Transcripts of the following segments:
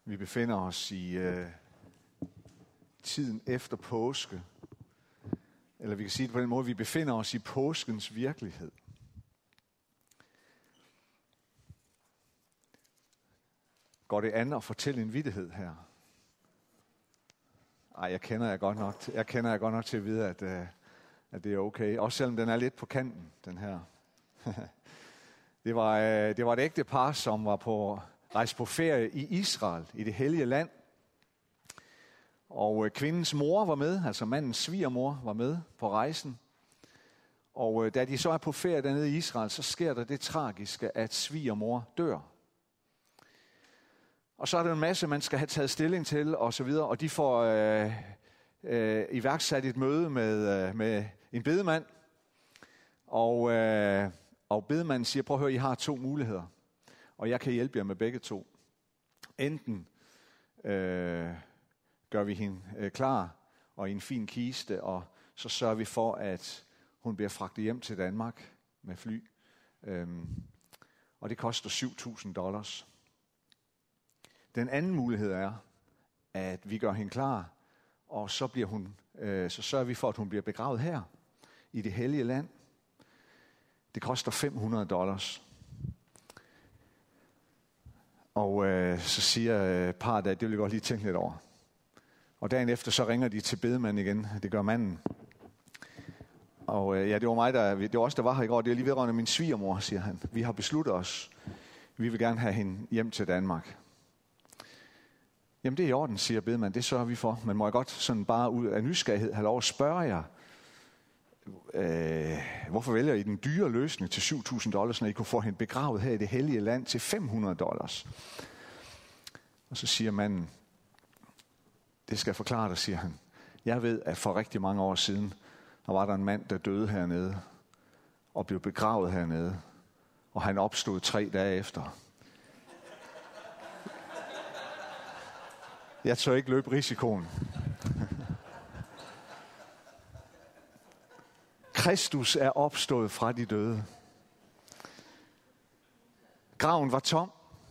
Vi befinder os i tiden efter påske. Eller vi kan sige det på den måde, vi befinder os i påskens virkelighed. Går det an at fortælle en vittighed her? Ej, jeg kender jeg godt nok til at vide, at det er okay. Også selvom den er lidt på kanten, den her. Det var et ægte par, som var på rejse på ferie i Israel, i det hellige land. Og kvindens mor var med, altså mandens svigermor var med på rejsen. Og da de så er på ferie dernede i Israel, så sker der det tragiske, at svigermor dør. Og så er der en masse, man skal have taget stilling til, og så videre. Og de får iværksat et møde med en bedemand. Og bedemanden siger, prøv at høre, I har 2 muligheder. Og jeg kan hjælpe jer med begge 2. Enten gør vi hende klar og i en fin kiste, og så sørger vi for, at hun bliver fragtet hjem til Danmark med fly. Og det koster $7,000. Den anden mulighed er, at vi gør hende klar, og så sørger vi for, at hun bliver begravet her i det hellige land. Det koster $500. Og så siger parret, at det vil jeg godt lige tænke lidt over. Og dagen efter, så ringer de til bedemanden igen. Det gør manden. Og det var mig, det var os, der var her i går. Det er lige vedrørende min svigermor, siger han. Vi har besluttet os. Vi vil gerne have hende hjem til Danmark. Jamen det er i orden, siger bedemanden. Det sørger vi for. Men må jeg godt sådan bare ud af nysgerrighed have lov at spørge jer, hvorfor vælger I den dyre løsning til $7,000, når I kunne få hende begravet her i det hellige land til $500? Og så siger manden, det skal jeg forklare dig, siger han. Jeg ved, at for rigtig mange år siden, der var der en mand, der døde hernede, og blev begravet hernede, og han opstod 3 dage efter. Jeg tør ikke løbe risikoen. Kristus er opstået fra de døde. Graven var tom.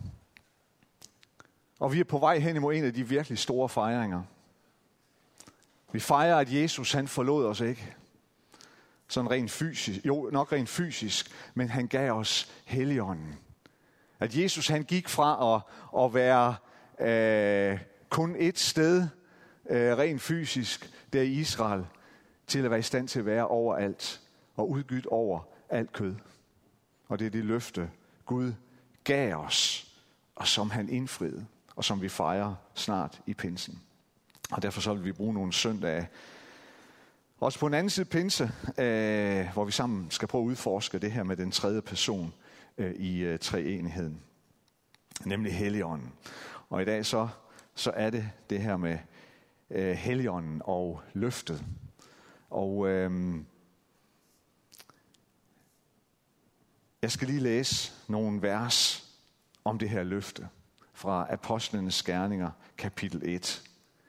Og vi er på vej hen imod en af de virkelig store fejringer. Vi fejrer, at Jesus han forlod os ikke. Sådan rent fysisk. Jo, nok rent fysisk. Men han gav os Helligånden. At Jesus han gik fra at være kun et sted rent fysisk der i Israel, til at være i stand til at være overalt og udgydt over alt kød. Og det er det løfte, Gud gav os, og som han indfriede, og som vi fejrer snart i pinsen. Og derfor så vil vi bruge nogle søndage, også på en anden side pinse, hvor vi sammen skal prøve at udforske det her med den 3. person i treenigheden, nemlig Helligånden. Og i dag så er det her med Helligånden og løftet. Og jeg skal lige læse nogle vers om det her løfte fra Apostlenes Gerninger, kapitel 1.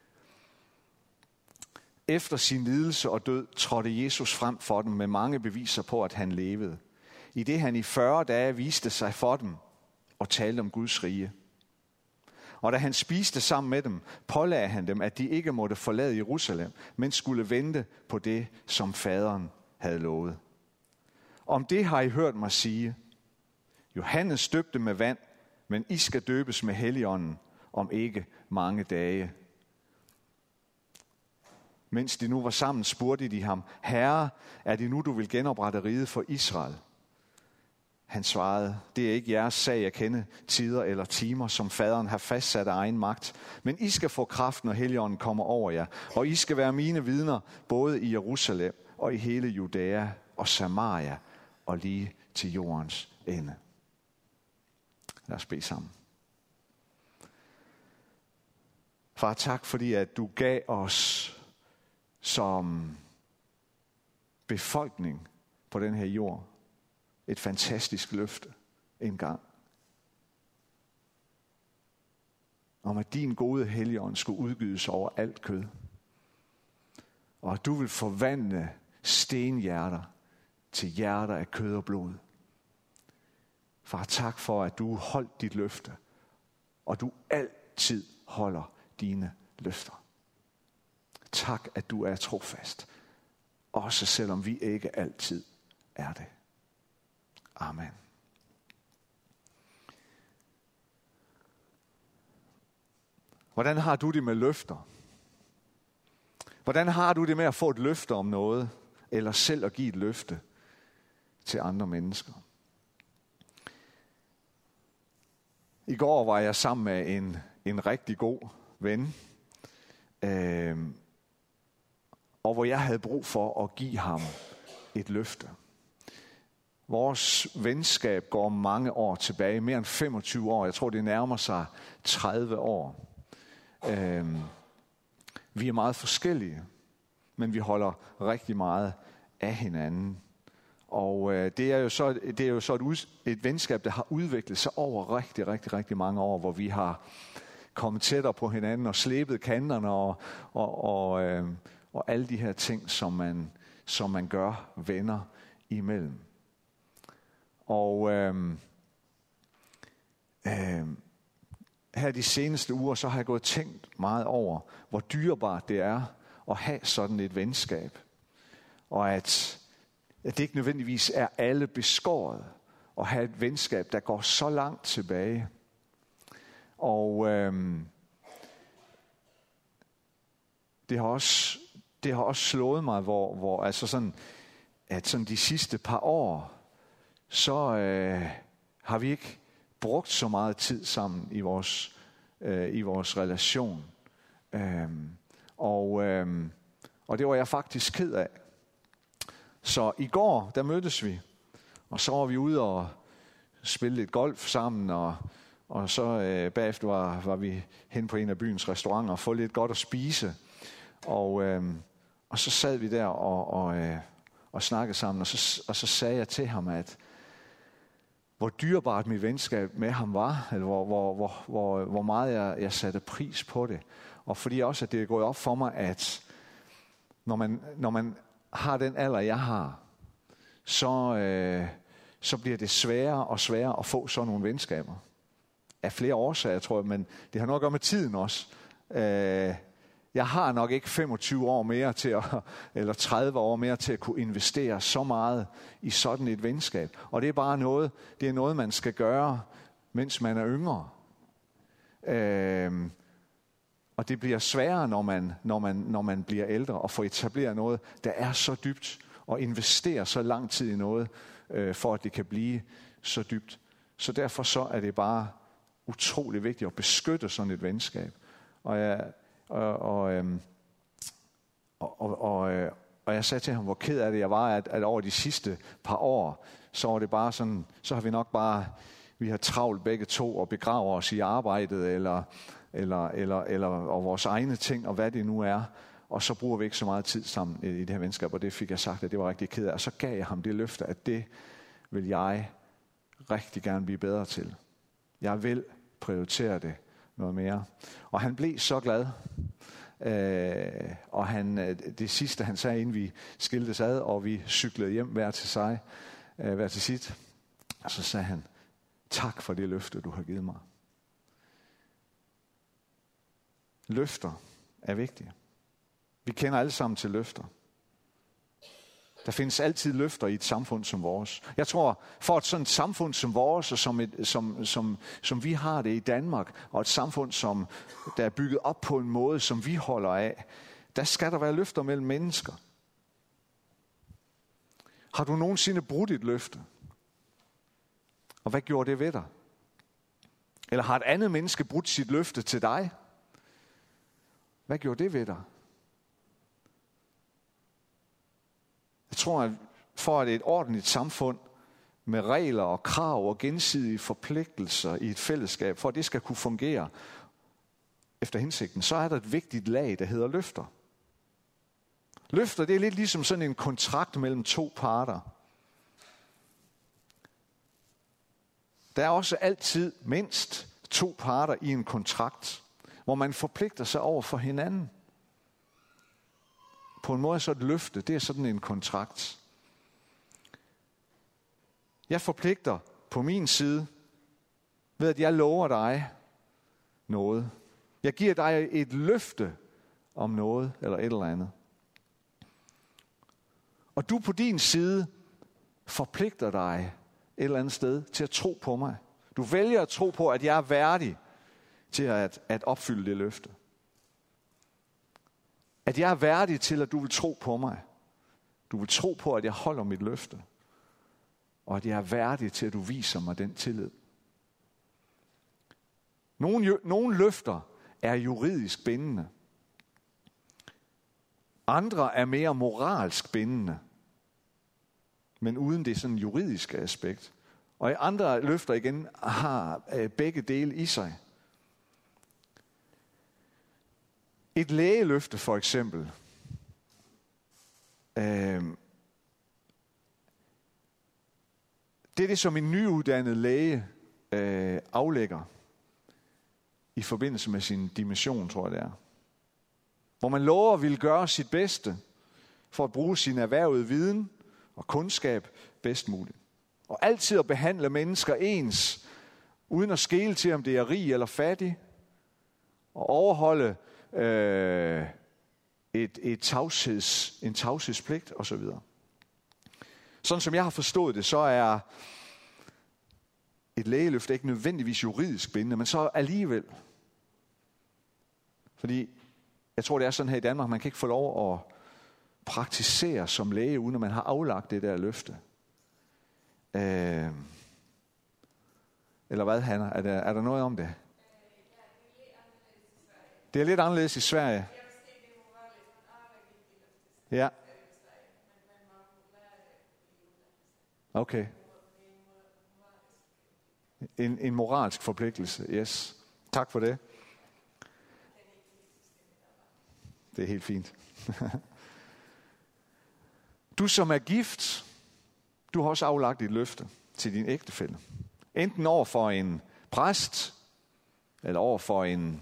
Efter sin lidelse og død trådte Jesus frem for dem med mange beviser på, at han levede. I det han i 40 dage viste sig for dem og talte om Guds rige. Og da han spiste sammen med dem, pålagde han dem, at de ikke måtte forlade Jerusalem, men skulle vente på det, som faderen havde lovet. Om det har I hørt mig sige. Johannes døbte med vand, men I skal døbes med Helligånden om ikke mange dage. Mens de nu var sammen, spurgte de ham, Herre, er det nu, du vil genoprette riget for Israel? Han svarede, det er ikke jeres sag at kende tider eller timer, som faderen har fastsat af egen magt. Men I skal få kraft, når Helligånden kommer over jer. Og I skal være mine vidner, både i Jerusalem og i hele Judæa og Samaria og lige til jordens ende. Lad os bede sammen. Far, tak fordi at du gav os som befolkning på den her jord et fantastisk løfte engang. Om at din gode Helligånd skulle udgydes over alt kød. Og at du vil forvandle stenhjerter til hjerter af kød og blod. Far, tak for, at du holdt dit løfte, og du altid holder dine løfter. Tak, at du er trofast. Også selvom vi ikke altid er det. Amen. Hvordan har du det med løfter? Hvordan har du det med at få et løfte om noget, eller selv at give et løfte til andre mennesker? I går var jeg sammen med en rigtig god ven, og hvor jeg havde brug for at give ham et løfte. Vores venskab går mange år tilbage, mere end 25 år. Jeg tror, det nærmer sig 30 år. Vi er meget forskellige, men vi holder rigtig meget af hinanden. Og det er jo så et venskab, der har udviklet sig over rigtig mange år, hvor vi har kommet tættere på hinanden og slæbet kanterne og alle de her ting, som man gør venner imellem. Og her de seneste uger, så har jeg gået tænkt meget over, hvor dyrebart det er at have sådan et venskab. Og at det ikke nødvendigvis er alle beskåret at have et venskab, der går så langt tilbage. Og det har også slået mig, hvor altså sådan, at sådan de sidste par år, så har vi ikke brugt så meget tid sammen i vores relation. Og det var jeg faktisk ked af. Så i går, der mødtes vi, og så var vi ude og spille lidt golf sammen, og så bagefter var vi hen på en af byens restauranter og få lidt godt at spise. Og så sad vi der og snakkede sammen, og så sagde jeg til ham, at hvor dyrebart mit venskab med ham var, eller hvor meget jeg satte pris på det. Og fordi også, at det er gået op for mig, at når man har den alder, jeg har, så bliver det sværere og sværere at få sådan nogle venskaber. Af flere årsager, tror jeg, men det har noget at gøre med tiden også. Jeg har nok ikke 25 år mere til eller 30 år mere til at kunne investere så meget i sådan et venskab. Og det er bare noget, man skal gøre, mens man er yngre. Og det bliver sværere, når man bliver ældre, at få etableret noget, der er så dybt, og investere så lang tid i noget, for at det kan blive så dybt. Så derfor så er det bare utrolig vigtigt at beskytte sådan et venskab. Og jeg sagde til ham, hvor ked af det jeg var, at over de sidste par år, så var det bare sådan, så har vi nok bare, vi har travlt begge to og begraver os i arbejdet, eller og vores egne ting, og hvad det nu er, og så bruger vi ikke så meget tid sammen i det her venskab, og det fik jeg sagt, at det var rigtig ked af, og så gav jeg ham det løfte, at det vil jeg rigtig gerne blive bedre til. Jeg vil prioritere det noget mere. Og han blev så glad. Og det sidste han sagde, inden vi skiltes ad, og vi cyklede hjem hver til sit, og så sagde han, tak for det løfte, du har givet mig. Løfter er vigtige. Vi kender alle sammen til løfter. Der findes altid løfter i et samfund som vores. Jeg tror, for et sådan et samfund som vores, og som vi har det i Danmark, og et samfund, der er bygget op på en måde, som vi holder af, der skal der være løfter mellem mennesker. Har du nogensinde brudt et løfte? Og hvad gjorde det ved dig? Eller har et andet menneske brudt sit løfte til dig? Hvad gjorde det ved dig? Jeg tror, at for at et ordentligt samfund med regler og krav og gensidige forpligtelser i et fællesskab, for at det skal kunne fungere efter hensigten, så er der et vigtigt lag, der hedder løfter. Løfter, det er lidt ligesom sådan en kontrakt mellem to parter. Der er også altid mindst to parter i en kontrakt, hvor man forpligter sig over for hinanden. På en måde så et løfte, det er sådan en kontrakt. Jeg forpligter på min side ved, at jeg lover dig noget. Jeg giver dig et løfte om noget, eller et eller andet. Og du på din side forpligter dig et eller andet sted til at tro på mig. Du vælger at tro på, at jeg er værdig til at opfylde det løfte. At jeg er værdig til, at du vil tro på mig. Du vil tro på, at jeg holder mit løfte. Og at jeg er værdig til, at du viser mig den tillid. Nogle løfter er juridisk bindende. Andre er mere moralsk bindende. Men uden det sådan juridiske aspekt. Og andre løfter igen har begge dele i sig. Et lægeløfte for eksempel. Det er det, som en nyuddannet læge aflægger i forbindelse med sin dimission, tror jeg det er. Hvor man lover at ville gøre sit bedste for at bruge sin erhvervede viden og kundskab bedst muligt. Og altid at behandle mennesker ens, uden at skele til, om det er rig eller fattig, og overholde en tavshedspligt osv. Sådan som jeg har forstået det, så er et lægeløfte ikke nødvendigvis juridisk bindende, men så alligevel. Fordi jeg tror, det er sådan her i Danmark, man kan ikke få lov at praktisere som læge, uden at man har aflagt det der løfte. Eller hvad, Hanna? Er der noget om det? Det er lidt anderledes i Sverige. Ja. Okay. En moralsk forpligtelse, yes. Tak for det. Det er helt fint. Du som er gift, du har også aflagt et løfte til din ægtefælle. Enten over for en præst, eller over for en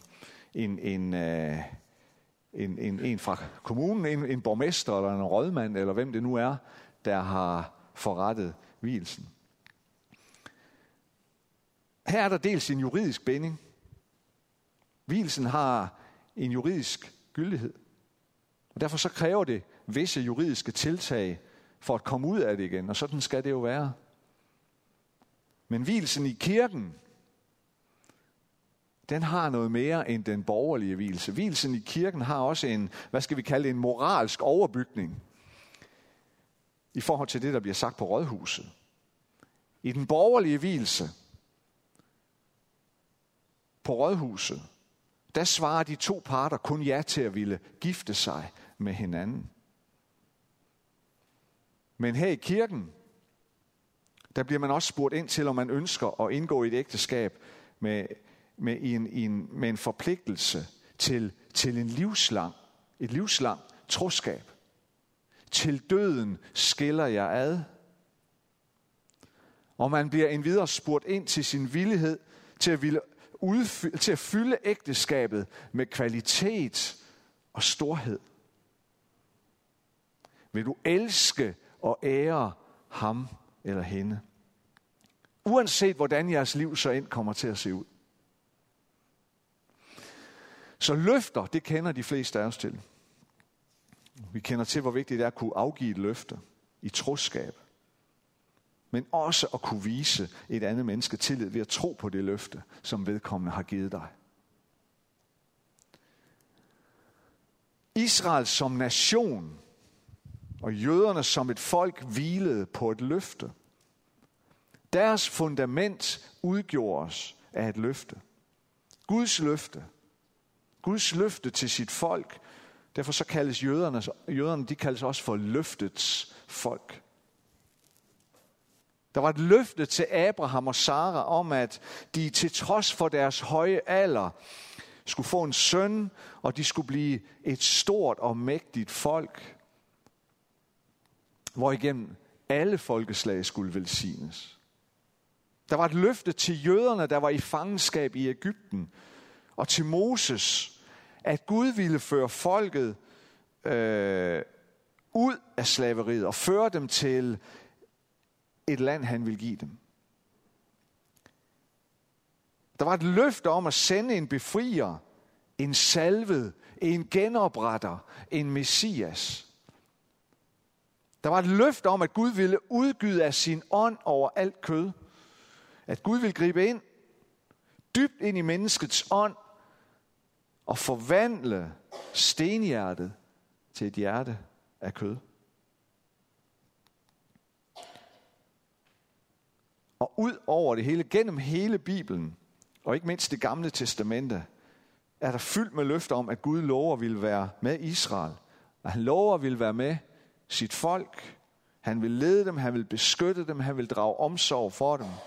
fra kommunen, en borgmester eller en rådmand, eller hvem det nu er, der har forrettet vielsen. Her er der dels en juridisk binding. Vielsen har en juridisk gyldighed. Og derfor så kræver det visse juridiske tiltag for at komme ud af det igen, og sådan skal det jo være. Men vielsen i kirken, den har noget mere end den borgerlige vielse. Vielsen i kirken har også en, hvad skal vi kalde en moralsk overbygning i forhold til det, der bliver sagt på rådhuset. I den borgerlige vielse på rådhuset, der svarer de to parter kun ja til at ville gifte sig med hinanden. Men her i kirken, der bliver man også spurgt ind til, om man ønsker at indgå i et ægteskab med en forpligtelse til et livslang troskab. Til døden skiller jeg ad. Og man bliver endvidere spurgt ind til sin villighed til at fylde ægteskabet med kvalitet og storhed. Vil du elske og ære ham eller hende? Uanset hvordan jeres liv så end kommer til at se ud. Så løfter, det kender de fleste af os til. Vi kender til, hvor vigtigt det er at kunne afgive et løfte i troskab. Men også at kunne vise et andet menneske tillid ved at tro på det løfte, som vedkommende har givet dig. Israel som nation og jøderne som et folk hvilede på et løfte. Deres fundament udgjordes af et løfte. Guds løfte. Guds løfte til sit folk. Derfor så kaldes jøderne, de kaldes også for løftets folk. Der var et løfte til Abraham og Sara om, at de til trods for deres høje alder skulle få en søn, og de skulle blive et stort og mægtigt folk, hvorigennem alle folkeslag skulle velsignes. Der var et løfte til jøderne, der var i fangenskab i Egypten, og til Moses, at Gud ville føre folket ud af slaveriet og føre dem til et land, han ville give dem. Der var et løfte om at sende en befrier en salvet, en genopretter, en messias. Der var et løfte om, at Gud ville udgyde af sin ånd over alt kød. At Gud ville gribe ind, dybt ind i menneskets ånd, og forvandle stenhjertet til et hjerte af kød. Og ud over det hele, gennem hele Bibelen, og ikke mindst det gamle testamente, er der fyldt med løfter om, at Gud lover ville være med Israel. At han lover ville være med sit folk. Han vil lede dem, han vil beskytte dem, han vil drage omsorg for dem.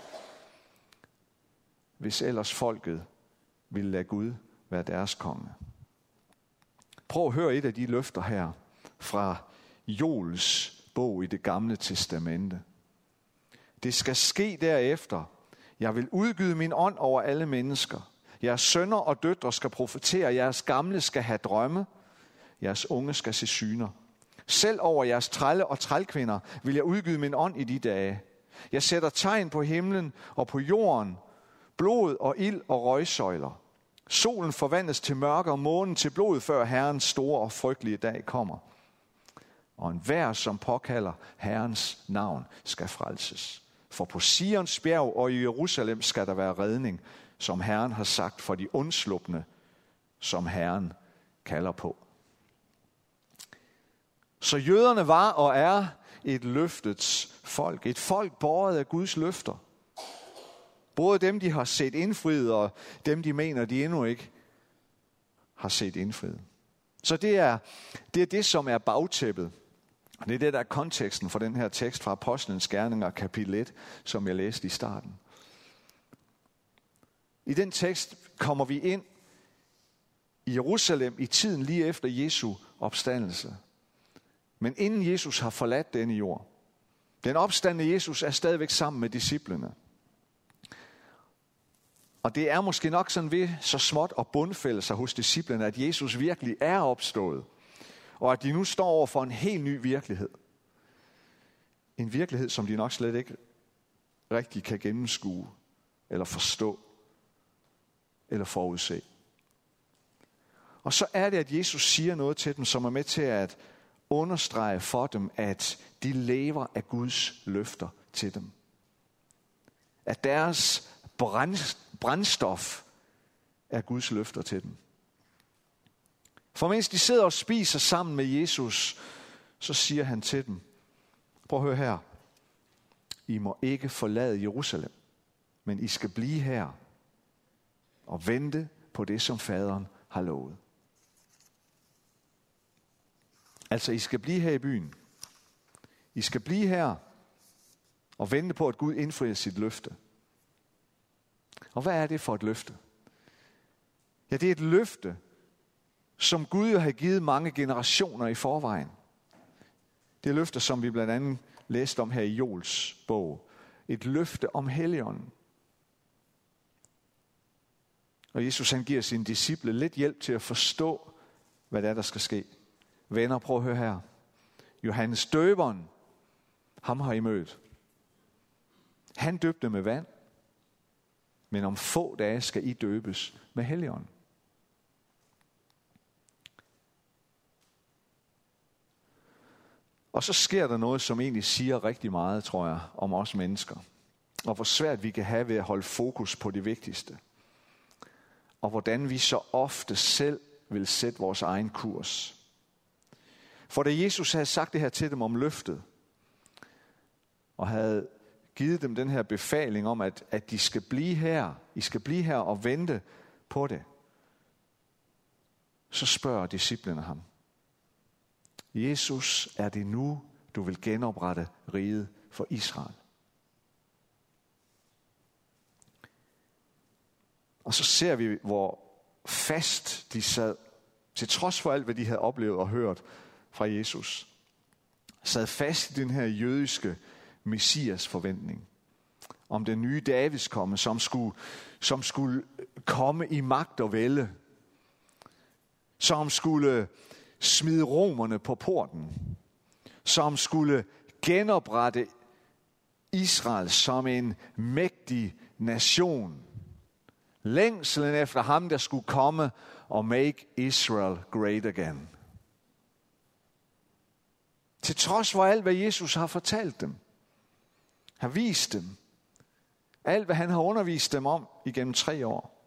Hvis ellers folket ville lade Gud være deres konge. Prøv at høre et af de løfter her fra Joels bog i det gamle testamente. Det skal ske derefter. Jeg vil udgyde min ånd over alle mennesker. Jeres sønner og døtre skal profetere. Jeres gamle skal have drømme. Jeres unge skal se syner. Selv over jeres trælle og trælkvinder vil jeg udgyde min ånd i de dage. Jeg sætter tegn på himlen og på jorden, blod og ild og røgsøjler. Solen forvandles til mørke og månen til blod, før Herrens store og frygtelige dag kommer. Og enhver, som påkalder Herrens navn, skal frelses. For på Sions bjerg og i Jerusalem skal der være redning, som Herren har sagt, for de undslupne, som Herren kalder på. Så jøderne var og er et løftets folk. Et folk båret af Guds løfter. Både dem, de har set indfriet, og dem, de mener, de endnu ikke har set indfriet. Så det er det, som er bagtæppet. Det er det, der er konteksten for den her tekst fra Apostlenes Gerninger, kapitel 1, som jeg læste i starten. I den tekst kommer vi ind i Jerusalem i tiden lige efter Jesu opstandelse. Men inden Jesus har forladt denne jord. Den opstandne Jesus er stadigvæk sammen med disciplene. Og det er måske nok sådan ved så småt at bundfælde sig hos disciplene, at Jesus virkelig er opstået. Og at de nu står over for en helt ny virkelighed. En virkelighed, som de nok slet ikke rigtig kan gennemskue, eller forstå, eller forudse. Og så er det, at Jesus siger noget til dem, som er med til at understrege for dem, at de lever af Guds løfter til dem. At deres brændstof er Guds løfter til dem. For mens de sidder og spiser sammen med Jesus, så siger han til dem, prøv at høre her, I må ikke forlade Jerusalem, men I skal blive her og vente på det, som faderen har lovet. Altså, I skal blive her i byen. I skal blive her og vente på, at Gud indfrier sit løfte. Og hvad er det for et løfte? Ja, det er et løfte, som Gud jo har givet mange generationer i forvejen. Det er løfte, som vi blandt andet læste om her i Joels bog. Et løfte om Helligånden. Og Jesus han giver sine disciple lidt hjælp til at forstå, hvad det er, der skal ske. Venner, prøv at høre her. Johannes døberen, ham har I mødt. Han døbte med vand, men om få dage skal I døbes med Helligånden. Og så sker der noget, som egentlig siger rigtig meget, tror jeg, om os mennesker. Og hvor svært vi kan have ved at holde fokus på det vigtigste. Og hvordan vi så ofte selv vil sætte vores egen kurs. For da Jesus havde sagt det her til dem om løftet, og havde givet dem den her befaling om, at de skal blive her, I skal blive her og vente på det, så spørger disciplene ham, Jesus, er det nu, du vil genoprette riget for Israel? Og så ser vi, hvor fast de sad, til trods for alt, hvad de havde oplevet og hørt fra Jesus, sad fast i den her jødiske messias forventning om den nye Davids komme, som skulle komme i magt og vælde, som skulle smide romerne på porten, som skulle genoprette Israel som en mægtig nation, Længslen efter ham, der skulle komme og make Israel great again. Til trods for alt, hvad Jesus har fortalt dem, har vist dem, alt hvad han har undervist dem om igennem 3 år.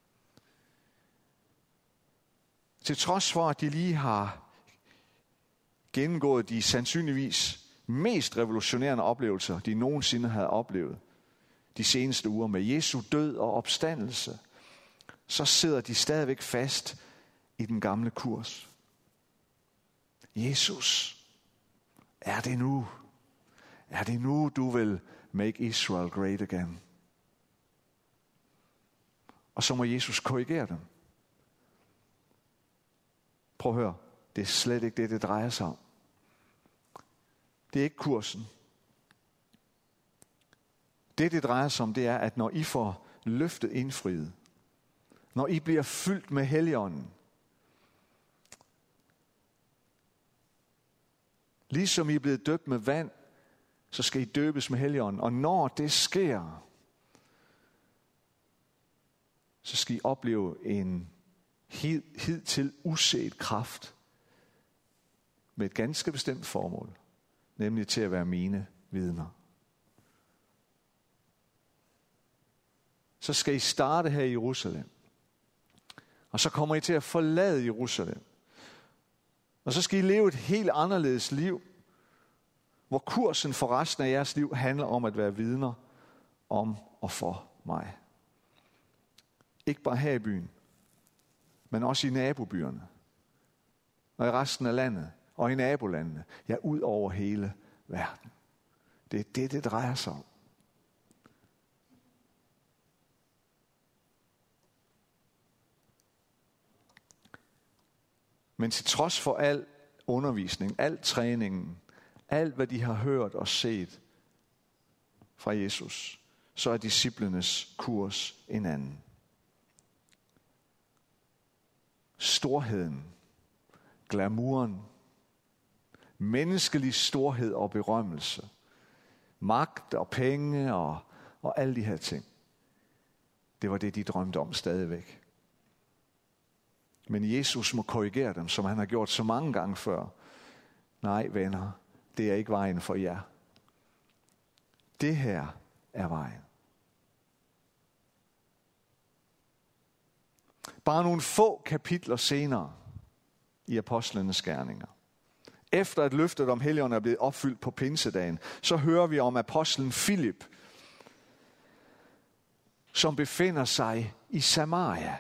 Til trods for, at de lige har gennemgået de sandsynligvis mest revolutionerende oplevelser, de nogensinde havde oplevet de seneste uger med Jesu død og opstandelse, så sidder de stadigvæk fast i den gamle kurs. Jesus, er det nu? Er det nu, du vil make Israel great again? Og så må Jesus korrigere dem. Prøv at høre, det er slet ikke det, det drejer sig om. Det er ikke kursen. Det drejer sig om, det er, at når I får løftet indfriet, når I bliver fyldt med Helligånden, ligesom I er blevet døbt med vand, så skal I døbes med Helligånden. Og når det sker, så skal I opleve en hidtil uset kraft med et ganske bestemt formål, nemlig til at være mine vidner. Så skal I starte her i Jerusalem, og så kommer I til at forlade Jerusalem. Og så skal I leve et helt anderledes liv, hvor kursen for resten af jeres liv handler om at være vidner om og for mig. Ikke bare her i byen, men også i nabobyerne, og i resten af landet, og i nabolandene, ja, ud over hele verden. Det er det, det drejer sig om. Men til trods for al undervisning, al træningen, alt hvad de har hørt og set fra Jesus, så er disciplenes kurs en anden. Storheden, glamouren, menneskelig storhed og berømmelse, magt og penge og alle de her ting, det var det, de drømte om stadigvæk. Men Jesus må korrigere dem, som han har gjort så mange gange før. Nej, venner, det er ikke vejen for jer. Det her er vejen. Bare nogle få kapitler senere i Apostlenes Gerninger, efter at løftet om Helligånden er blevet opfyldt på pinsedagen, så hører vi om apostlen Filip, som befinder sig i Samaria.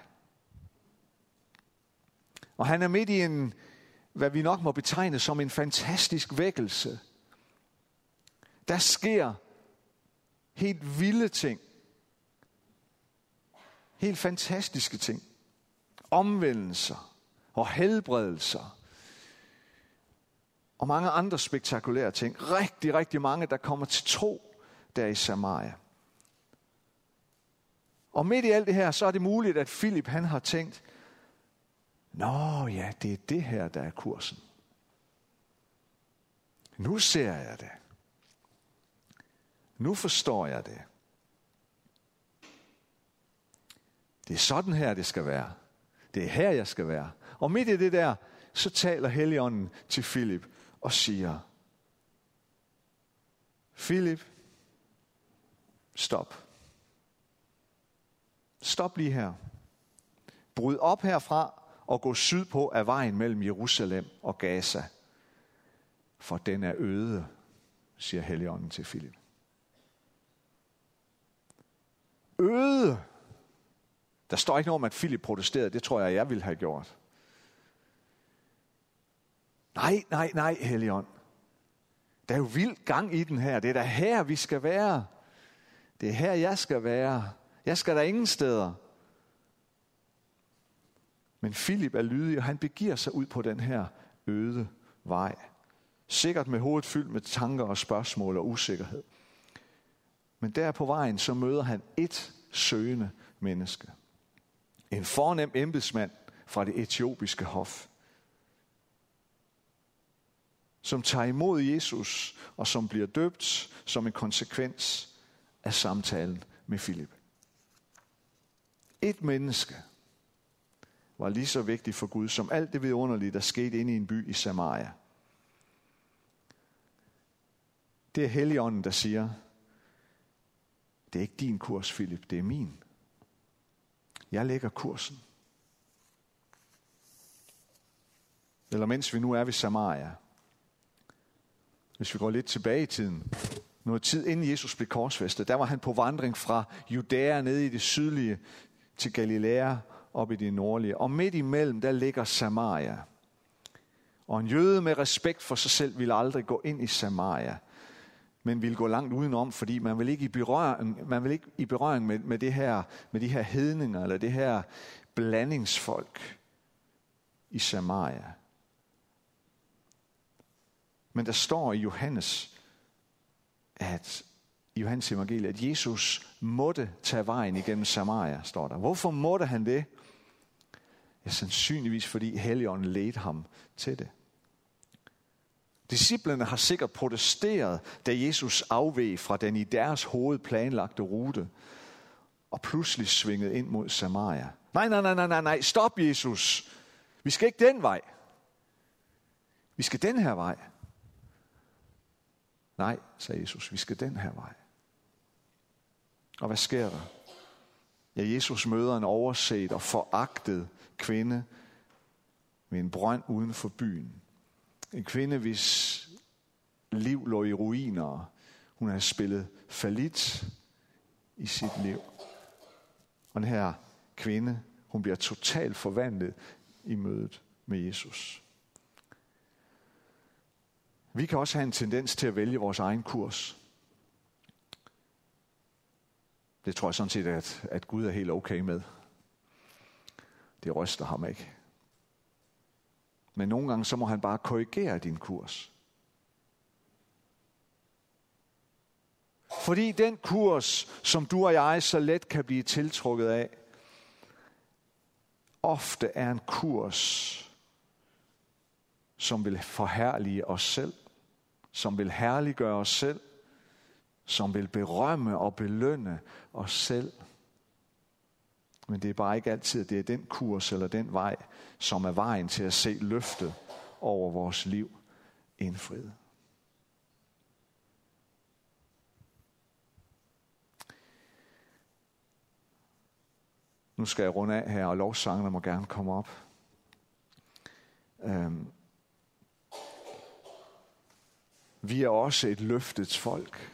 Og han er midt i en, hvad vi nok må betegne som en fantastisk vækkelse. Der sker helt vilde ting. Helt fantastiske ting. Omvendelser og helbredelser. Og mange andre spektakulære ting. Rigtig, rigtig mange, der kommer til tro der i Samaria. Og midt i alt det her, så er det muligt, at Filip han har tænkt, nå ja, det er det her, der er kursen. Nu ser jeg det. Nu forstår jeg det. Det er sådan her, det skal være. Det er her, jeg skal være. Og midt i det der, så taler Helligånden til Filip og siger, Filip, stop. Stop lige her. Bryd op herfra og gå sydpå af vejen mellem Jerusalem og Gaza. For den er øde, siger Helligånden til Filip. Øde. Der står ikke noget om, at Filip protesterede. Det tror jeg ville have gjort. Nej, Helligånd. Der er jo vild gang i den her. Det er da her, vi skal være. Det er her, jeg skal være. Jeg skal der ingen steder. Men Filip er lydig, og han begiver sig ud på den her øde vej. Sikkert med hovedet fyldt med tanker og spørgsmål og usikkerhed. Men der på vejen, så møder han et søgende menneske. En fornem embedsmand fra det etiopiske hof. Som tager imod Jesus, og som bliver døbt som en konsekvens af samtalen med Filip. Et menneske var lige så vigtigt for Gud, som alt det vidunderlige, der skete inde i en by i Samaria. Det er Helligånden, der siger, det er ikke din kurs, Philip, det er min. Jeg lægger kursen. Eller mens vi nu er ved Samaria. Hvis vi går lidt tilbage i tiden. Noget tid inden Jesus blev korsfæstet, der var han på vandring fra Judæa ned i det sydlige til Galilea op i det nordlige. Og midt imellem, der ligger Samaria. Og en jøde med respekt for sig selv ville aldrig gå ind i Samaria, men ville gå langt udenom, fordi man vil ikke i berøring med det her, med de her hedninger eller det her blandingsfolk i Samaria. Men der står i Johannes evangeliet, at Jesus måtte tage vejen igennem Samaria, står der. Hvorfor måtte han det? Ja, sandsynligvis fordi Helligånden ledte ham til det. Disciplene har sikkert protesteret, da Jesus afveg fra den i deres hoved planlagte rute og pludselig svingede ind mod Samaria. Nej, stop Jesus. Vi skal ikke den vej. Vi skal den her vej. Nej, sagde Jesus, vi skal den her vej. Og hvad sker der? Ja, Jesus møder en overset og foragtet kvinde ved en brønd uden for byen. En kvinde, hvis liv lå i ruiner. Hun havde spillet fallit i sit liv. Og den her kvinde, hun bliver totalt forvandlet i mødet med Jesus. Vi kan også have en tendens til at vælge vores egen kurs. Det tror jeg sådan set, at Gud er helt okay med. Det ryster ham ikke. Men nogle gange så må han bare korrigere din kurs. Fordi den kurs, som du og jeg så let kan blive tiltrukket af, ofte er en kurs, som vil forherlige os selv, som vil herliggøre os selv, som vil berømme og belønne os selv. Men det er bare ikke altid, at det er den kurs eller den vej, som er vejen til at se løftet over vores liv indfriet. Nu skal jeg runde af her, og lovsangerne må gerne komme op. Vi er også et løftets folk.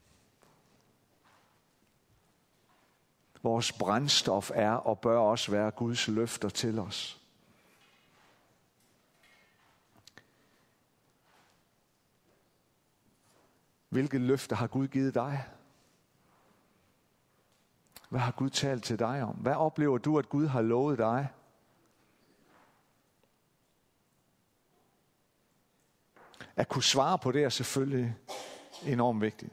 Vores brændstof er og bør også være Guds løfter til os. Hvilke løfter har Gud givet dig? Hvad har Gud talt til dig om? Hvad oplever du, at Gud har lovet dig? At kunne svare på det er selvfølgelig enormt vigtigt.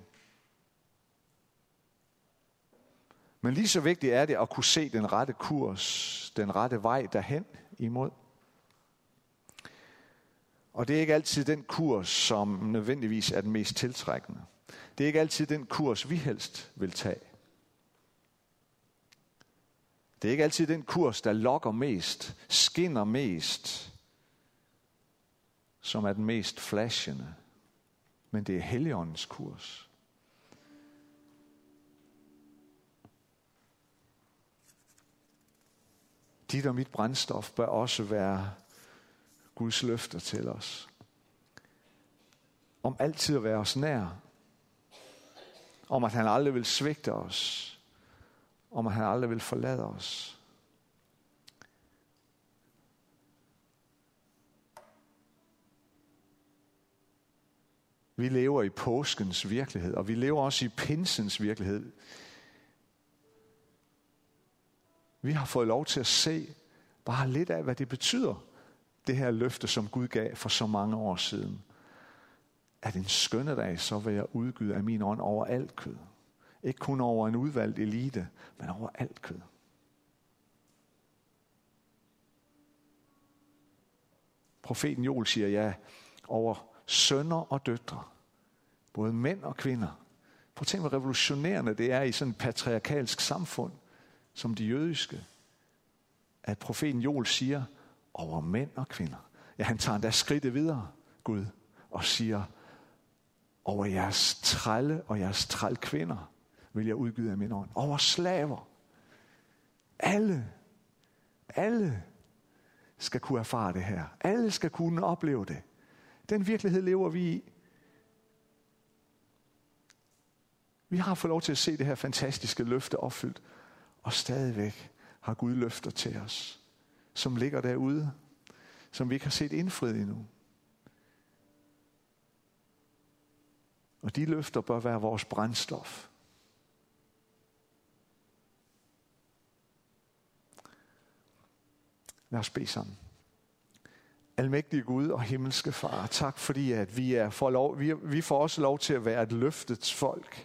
Men lige så vigtigt er det at kunne se den rette kurs, den rette vej derhen imod. Og det er ikke altid den kurs, som nødvendigvis er den mest tiltrækkende. Det er ikke altid den kurs, vi helst vil tage. Det er ikke altid den kurs, der lokker mest, skinner mest, som er den mest flashende. Men det er Helligåndens kurs. Dit og mit brændstof bør også være Guds løfter til os. Om altid at være os nær. Om at han aldrig vil svigte os. Om at han aldrig vil forlade os. Vi lever i påskens virkelighed, og vi lever også i pinsens virkelighed. Vi har fået lov til at se bare lidt af, hvad det betyder, det her løfte, som Gud gav for så mange år siden. At en skønne dag, så vil jeg udgyde af min ånd over alt kød. Ikke kun over en udvalgt elite, men over alt kød. Profeten Joel siger ja over sønner og døtre. Både mænd og kvinder. Prøv at tænke, hvor revolutionerende det er i sådan et patriarkalsk samfund, som de jødiske. at profeten Joel siger, over mænd og kvinder. Ja, han tager endda skridtet videre, Gud, og siger, over jeres trælle og jeres trælkvinder vil jeg udgyde af min ånd. Over slaver. Alle skal kunne erfare det her. Alle skal kunne opleve det. Den virkelighed lever vi i. Vi har fået lov til at se det her fantastiske løfte opfyldt, og stadigvæk har Gud løfter til os, som ligger derude, som vi ikke har set indfriet endnu. Og de løfter bør være vores brændstof. Lad os bede sammen. Almægtige Gud og himmelske Far, tak fordi at vi får også lov til at være et løftets folk.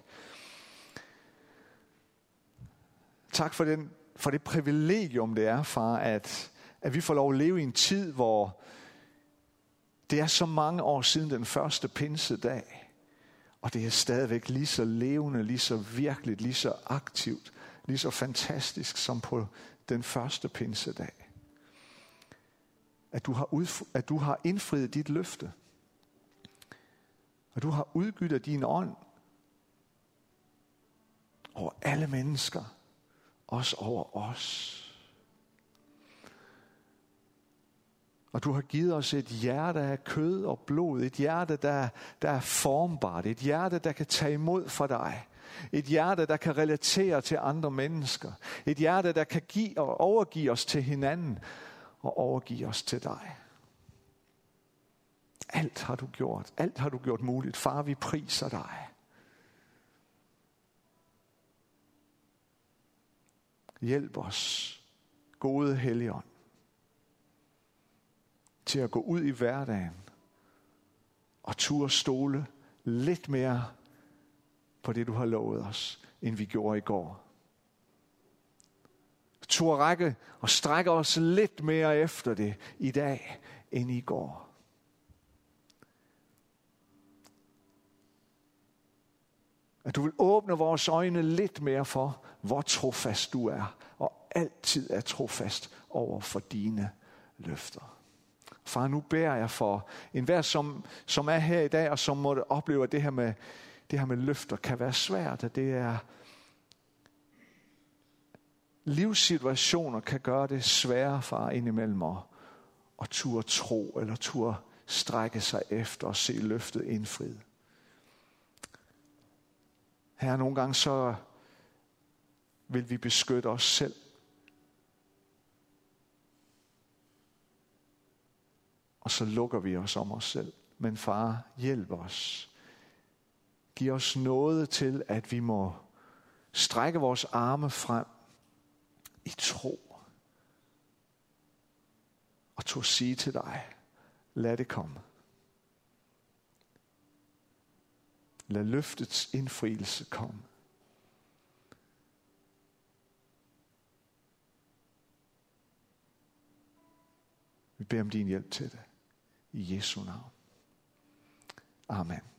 Tak for det privilegium det er, Far, at vi får lov at leve i en tid, hvor det er så mange år siden den første pinsedag, og det er stadigvæk lige så levende, lige så virkeligt, lige så aktivt, lige så som på den første pinsedag. At du har indfriet dit løfte, og du har udgyttet din ånd over alle mennesker, også over os. Og du har givet os et hjerte af kød og blod, et hjerte, der er formbart, et hjerte, der kan tage imod for dig, et hjerte, der kan relatere til andre mennesker, et hjerte, der kan give og overgive os til hinanden og overgive os til dig. Alt har du gjort muligt. Far, vi priser dig. Hjælp os, gode Helligånd, til at gå ud i hverdagen og turde stole lidt mere på det, du har lovet os, end vi gjorde i går. Turde række og strække os lidt mere efter det i dag, end i går. At du vil åbne vores øjne lidt mere for, hvor trofast du er, og altid er trofast over for dine løfter. Far, nu beder jeg for enhver, som er her i dag, og som måtte opleve, at det her med løfter kan være svært, at det er livssituationer kan gøre det sværere, far, indimellem at turde tro, eller turde strække sig efter og se løftet indfriet. Her nogle gange så vil vi beskytte os selv. Og så lukker vi os om os selv. Men far, hjælp os. Giv os nåde til, at vi må strække vores arme frem i tro. Og turde sige til dig, lad det komme. Lad løftets indfrielse komme. Vi beder om din hjælp til det. I Jesu navn. Amen.